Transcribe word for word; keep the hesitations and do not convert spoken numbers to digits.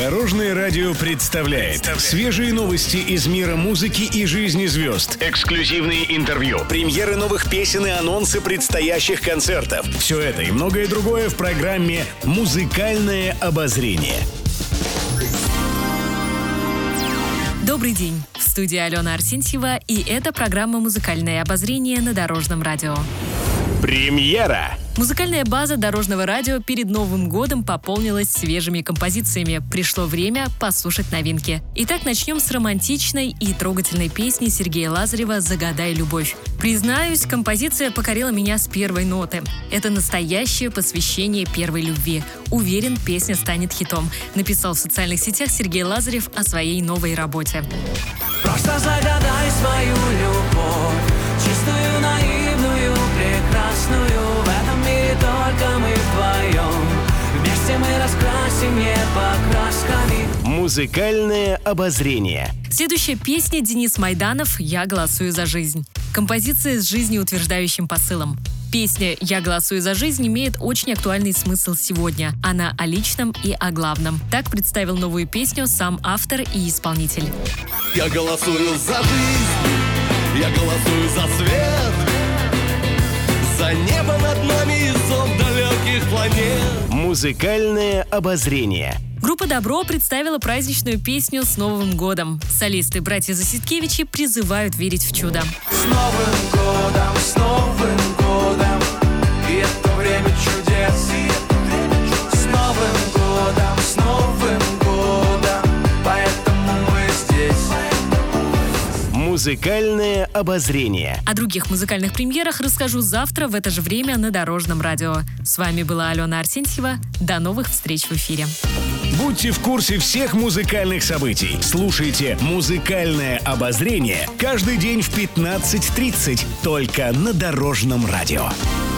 Дорожное радио представляет свежие новости из мира музыки и жизни звезд. Эксклюзивные интервью, премьеры новых песен и анонсы предстоящих концертов. Все это и многое другое в программе «Музыкальное обозрение». Добрый день! В студии Алена Арсентьева, и это программа «Музыкальное обозрение» на Дорожном радио. Премьера! Музыкальная база Дорожного радио перед Новым годом пополнилась свежими композициями. Пришло время послушать новинки. Итак, начнем с романтичной и трогательной песни Сергея Лазарева «Загадай любовь». Признаюсь, композиция покорила меня с первой ноты. Это настоящее посвящение первой любви. Уверен, песня станет хитом, написал в социальных сетях Сергей Лазарев о своей новой работе. Просто загадай свою любовь, чистую, наивную, прекрасную. В этом мире только мы вдвоем. Вместе мы раскрасим небо красками. Музыкальное обозрение. Следующая песня Денис Майданов «Я голосую за жизнь». Композиция с жизнеутверждающим посылом. Песня «Я голосую за жизнь» имеет очень актуальный смысл сегодня. Она о личном и о главном. Так представил новую песню сам автор и исполнитель. Я голосую за жизнь, я голосую за свет, за небо над нами и зов далеких планет. Музыкальное обозрение. Группа «Добро» представила праздничную песню «С Новым годом». Солисты братья Заситкевичи призывают верить в чудо. С Новым годом, с Новым годом, и это время чудес. С Новым годом, с Новым годом, поэтому мы здесь. Музыкальное обозрение. О других музыкальных премьерах расскажу завтра в это же время на Дорожном радио. С вами была Алена Арсентьева. До новых встреч в эфире. Будьте в курсе всех музыкальных событий. Слушайте «Музыкальное обозрение» каждый день в пятнадцать тридцать только на Дорожном радио.